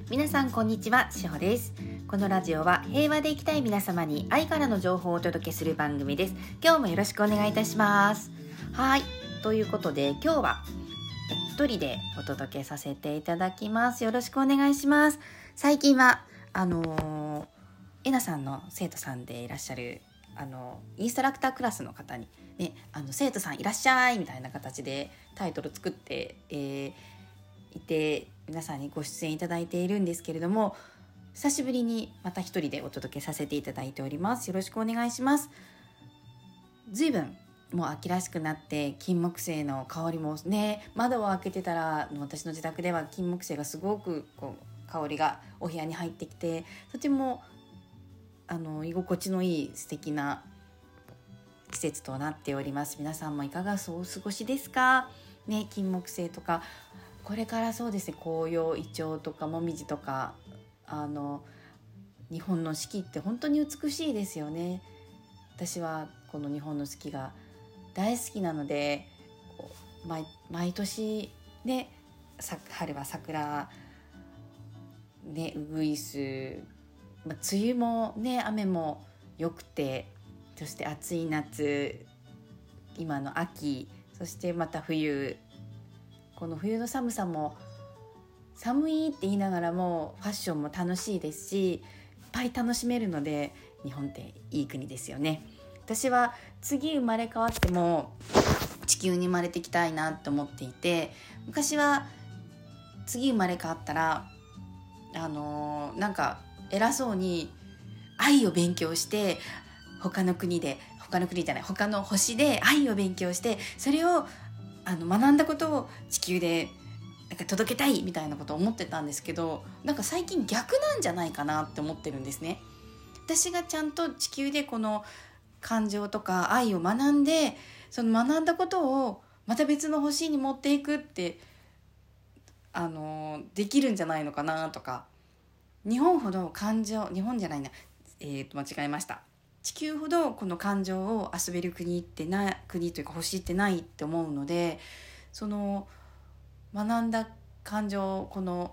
皆さんこんにちは、しほです。このラジオは平和で生きたい皆様に愛からの情報をお届けする番組です。今日もよろしくお願いいたします。はい、ということで今日は一人でお届けさせていただきます。よろしくお願いします。最近はえなさんの生徒さんでいらっしゃるインストラクタークラスの方にね、生徒さんいらっしゃいみたいな形でタイトル作って、いて皆さんにご出演いただいているんですけれども、久しぶりにまた一人でお届けさせていただいております。よろしくお願いします。随分もう秋らしくなって金木犀の香りもね、窓を開けてたら私の自宅では金木犀がすごく香りがお部屋に入ってきて、とても居心地のいい素敵な季節となっております。皆さんもいかがお過ごしですかね。金木犀とかこれからそうですね、紅葉、イチョウとかモミジとか日本の四季って本当に美しいですよね。私はこの日本の四季が大好きなので、毎年ね、春は桜ね、ウグイス、梅雨もね、雨も良くて、そして暑い夏、今の秋、そしてまた冬、この冬の寒さも寒いって言いながらもファッションも楽しいですし、いっぱい楽しめるので、日本っていい国ですよね。私は次生まれ変わっても地球に生まれてきたいなと思っていて、昔は次生まれ変わったらなんか偉そうに愛を勉強して、他の星で愛を勉強して、それを学んだことを地球でなんか届けたいみたいなことを思ってたんですけど、なんか最近逆なんじゃないかなって思ってるんですね。私がちゃんと地球でこの感情とか愛を学んで、その学んだことをまた別の星に持っていくってできるんじゃないのかなとか、日本ほど間違えました。地球ほどこの感情を遊べる国というか星ってないって思うので、その学んだ感情、この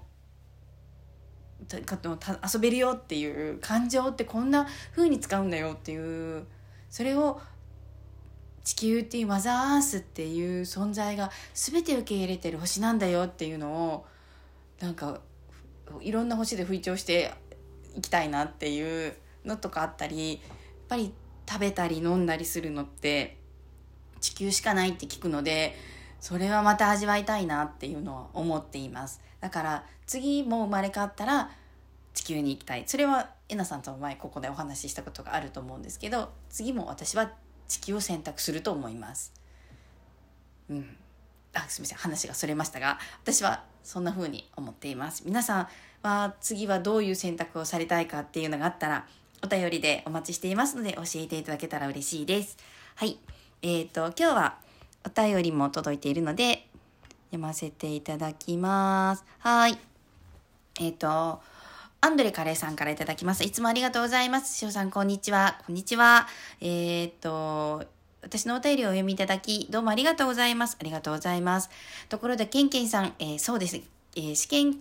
遊べるよっていう感情ってこんな風に使うんだよっていう、それを地球っていうマザーアースっていう存在が全て受け入れてる星なんだよっていうのを、なんかいろんな星で吹聴していきたいなっていうのとかあったり、やっぱり食べたり飲んだりするのって地球しかないって聞くので、それはまた味わいたいなっていうのは思っています。だから次も生まれ変わったら地球に行きたい。それはえなさんと前ここでお話ししたことがあると思うんですけど、次も私は地球を選択すると思います。すみません、話がそれましたが、私はそんな風に思っています。皆さんは次はどういう選択をされたいかっていうのがあったら、お便りでお待ちしていますので教えていただけたら嬉しいです。はい、今日はお便りも届いているので読ませていただきます。はい、アンドレカレーさんからいただきます。いつもありがとうございます。しおさん、こんにちは。こんにちは。私のお便りをお読みいただき、どうもありがとうございます。ありがとうございます。ところで、ケンケンさん、そうですね、試験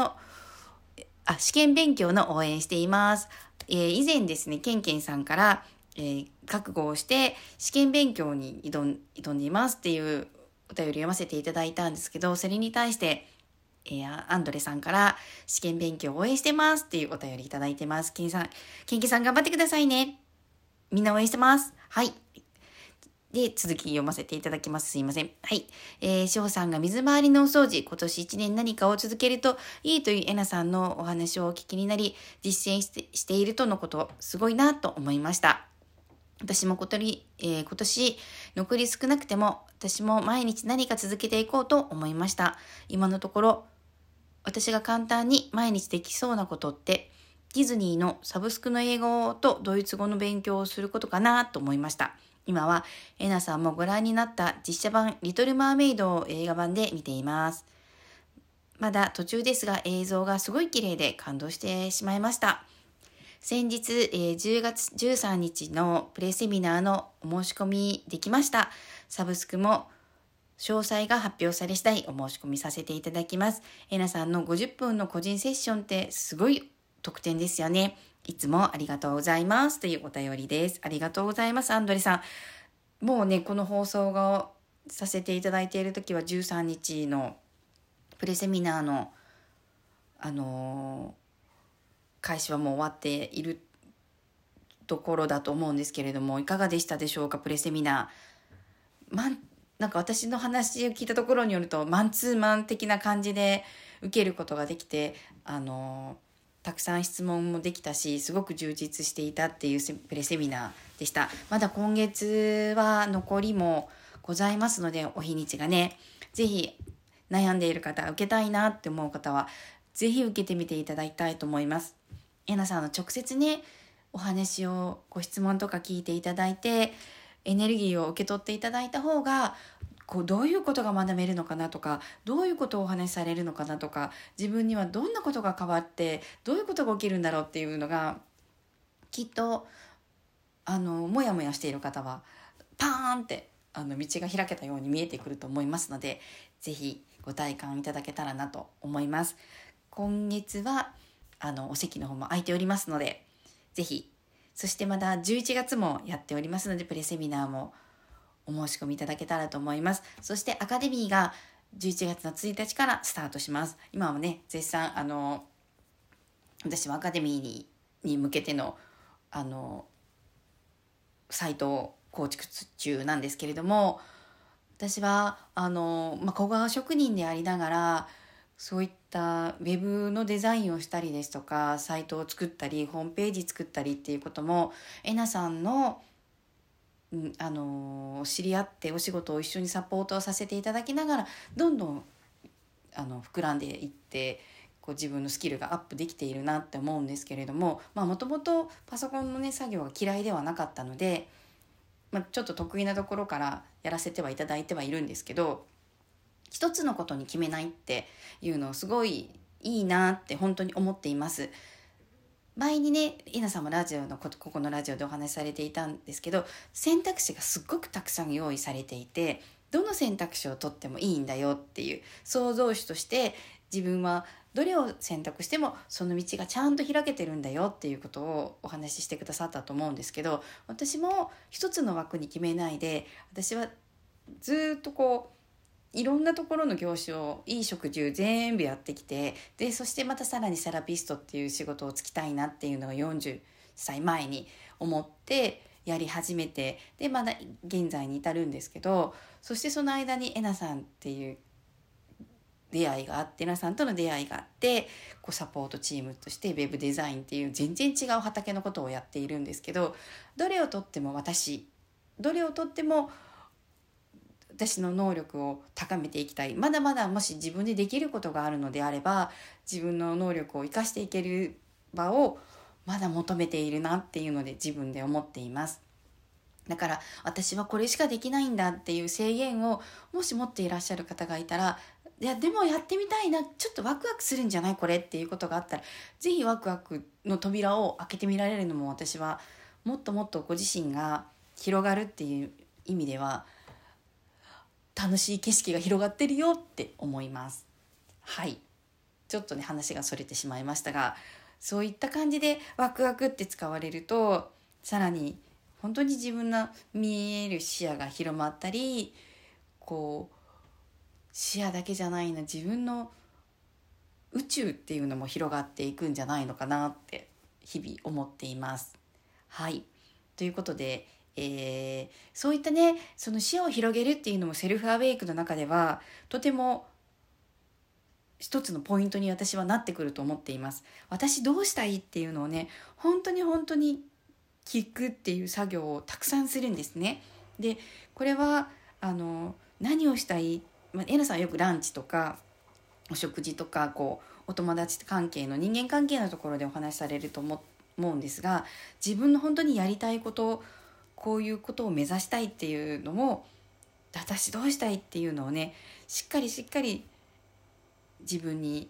勉強の応援しています。以前ですね、ケンケンさんから、覚悟をして試験勉強に挑んでいますっていうお便りを読ませていただいたんですけど、それに対して、アンドレさんから試験勉強を応援してますっていうお便りいただいてます。ケンケンさん頑張ってくださいね。みんな応援してます。はい。で、続き読ませていただきます。すいません。はい。しほさんが水回りのお掃除、今年1年何かを続けるといいというえなさんのお話をお聞きになり、実践しているとのこと、すごいなと思いました。私も今年残り少なくても、私も毎日何か続けていこうと思いました。今のところ、私が簡単に毎日できそうなことって、ディズニーのサブスクの英語とドイツ語の勉強をすることかなと思いました。今はえなさんもご覧になった実写版リトルマーメイドを映画版で見ています。まだ途中ですが映像がすごい綺麗で感動してしまいました。先日、10月13日のプレセミナーのお申し込みできました。サブスクも詳細が発表され次第お申し込みさせていただきます。えなさんの50分の個人セッションってすごい特典ですよね。いつもありがとうございますというお便りです。ありがとうございます、アンドレさん。もうね、この放送がさせていただいている時は13日のプレセミナーの開始はもう終わっているところだと思うんですけれども、いかがでしたでしょうか、プレセミナー。なんか私の話を聞いたところによると、マンツーマン的な感じで受けることができて、たくさん質問もできたし、すごく充実していたっていうプレセミナーでした。まだ今月は残りもございますので、お日にちがね、ぜひ悩んでいる方、受けたいなって思う方は、ぜひ受けてみていただきたいと思います。えなさんの直接ね、お話を、ご質問とか聞いていただいて、エネルギーを受け取っていただいた方が、どういうことが学べるのかなとか、どういうことをお話しされるのかなとか、自分にはどんなことが変わってどういうことが起きるんだろうっていうのが、きっともやもやしている方はパーンって道が開けたように見えてくると思いますので、ぜひご体感いただけたらなと思います。今月はお席の方も空いておりますので、ぜひ。そしてまだ11月もやっておりますので、プレセミナーもお申し込みいただけたらと思います。そしてアカデミーが11月の1日からスタートします。今はね、絶賛私はアカデミーに向けてのサイトを構築中なんですけれども、私は小川職人でありながら、そういったウェブのデザインをしたりですとか、サイトを作ったりホームページ作ったりっていうことも、えなさんの知り合ってお仕事を一緒にサポートをさせていただきながら、どんどん膨らんでいって、自分のスキルがアップできているなって思うんですけれども、もともとパソコンのね作業が嫌いではなかったので、ちょっと得意なところからやらせてはいただいてはいるんですけど、一つのことに決めないっていうのをすごいいいなって本当に思っています。前にね、稲なさんもラジオのここのラジオでお話しされていたんですけど、選択肢がすっごくたくさん用意されていて、どの選択肢を取ってもいいんだよっていう創造主として、自分はどれを選択してもその道がちゃんと開けてるんだよっていうことをお話ししてくださったと思うんですけど、私も一つの枠に決めないで、私はずっといろんなところの業種をいい食事全部やってきて、でそしてまたさらにセラピストっていう仕事をつきたいなっていうのが40歳前に思ってやり始めて、でまだ現在に至るんですけど、そしてその間にえなさんっていう出会いがあって、えなさんとの出会いがあって、サポートチームとしてウェブデザインっていう全然違う畑のことをやっているんですけど、どれをとってもどれをとっても私の能力を高めていきたい。まだまだもし自分でできることがあるのであれば、自分の能力を生かしていける場をまだ求めているなっていうので自分で思っています。だから私はこれしかできないんだっていう制限をもし持っていらっしゃる方がいたら、いやでもやってみたいな、ちょっとワクワクするんじゃないこれっていうことがあったら、ぜひワクワクの扉を開けてみられるのも、私はもっともっとご自身が広がるっていう意味では楽しい景色が広がってるよって思います。はい、ちょっとね話がそれてしまいましたが、そういった感じでワクワクって使われると、さらに本当に自分の見える視野が広まったり、視野だけじゃないな、自分の宇宙っていうのも広がっていくんじゃないのかなって日々思っています。はい、ということで、そういったね、その視野を広げるっていうのもセルフアウェイクの中ではとても一つのポイントに私はなってくると思っています。私どうしたいっていうのをね、本当に聞くっていう作業をたくさんするんですね。でこれは何をしたい、エナさんはよくランチとかお食事とかお友達関係の人間関係のところでお話しされると思うんですが、自分の本当にやりたいこと、こういうことを目指したいっていうのも、私どうしたいっていうのをね、しっかり自分に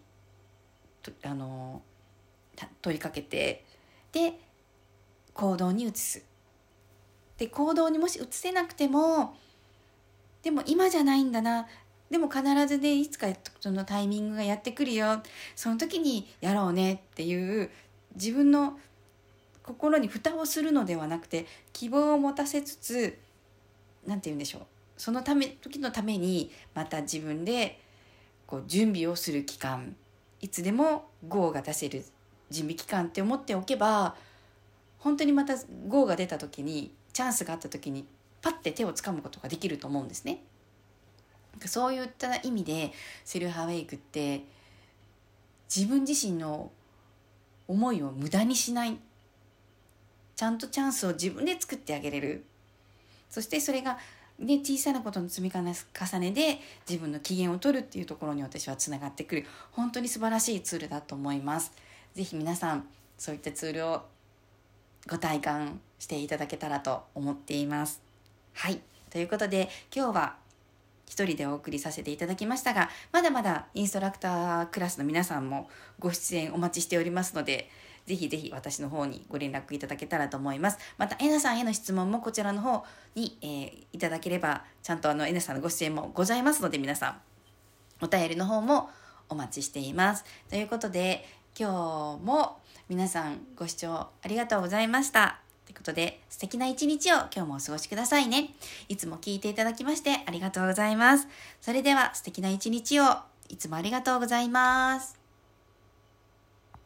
問いかけて、で行動に移す。で行動にもし移せなくても、 でも今じゃないんだな、でも必ずねいつかそのタイミングがやってくるよ、その時にやろうねっていう自分の心に蓋をするのではなくて、希望を持たせつつ、なんて言うんでしょう、その時のためにまた自分でこう準備をする期間、いつでも GO が出せる準備期間って思っておけば、本当にまた GO が出た時に、チャンスがあった時にパッて手をつかむことができると思うんですね。そういった意味でセルフアウェイクって自分自身の思いを無駄にしない、ちゃんとチャンスを自分で作ってあげれる、そしてそれが、ね、小さなことの積み重ねで自分の機嫌を取るっていうところに私はつながってくる、本当に素晴らしいツールだと思います。ぜひ皆さんそういったツールをご体感していただけたらと思っています。はい、ということで今日は一人でお送りさせていただきましたが、まだまだインストラクタークラスの皆さんもご出演お待ちしておりますので、ぜひぜひ私の方にご連絡いただけたらと思います。またえなさんへの質問もこちらの方に、いただければ、ちゃんとえなさんのご出演もございますので、皆さんお便りの方もお待ちしています。ということで今日も皆さんご視聴ありがとうございました。ということで素敵な一日を今日もお過ごしくださいね。いつも聞いていただきましてありがとうございます。それでは素敵な一日を、いつもありがとうございます。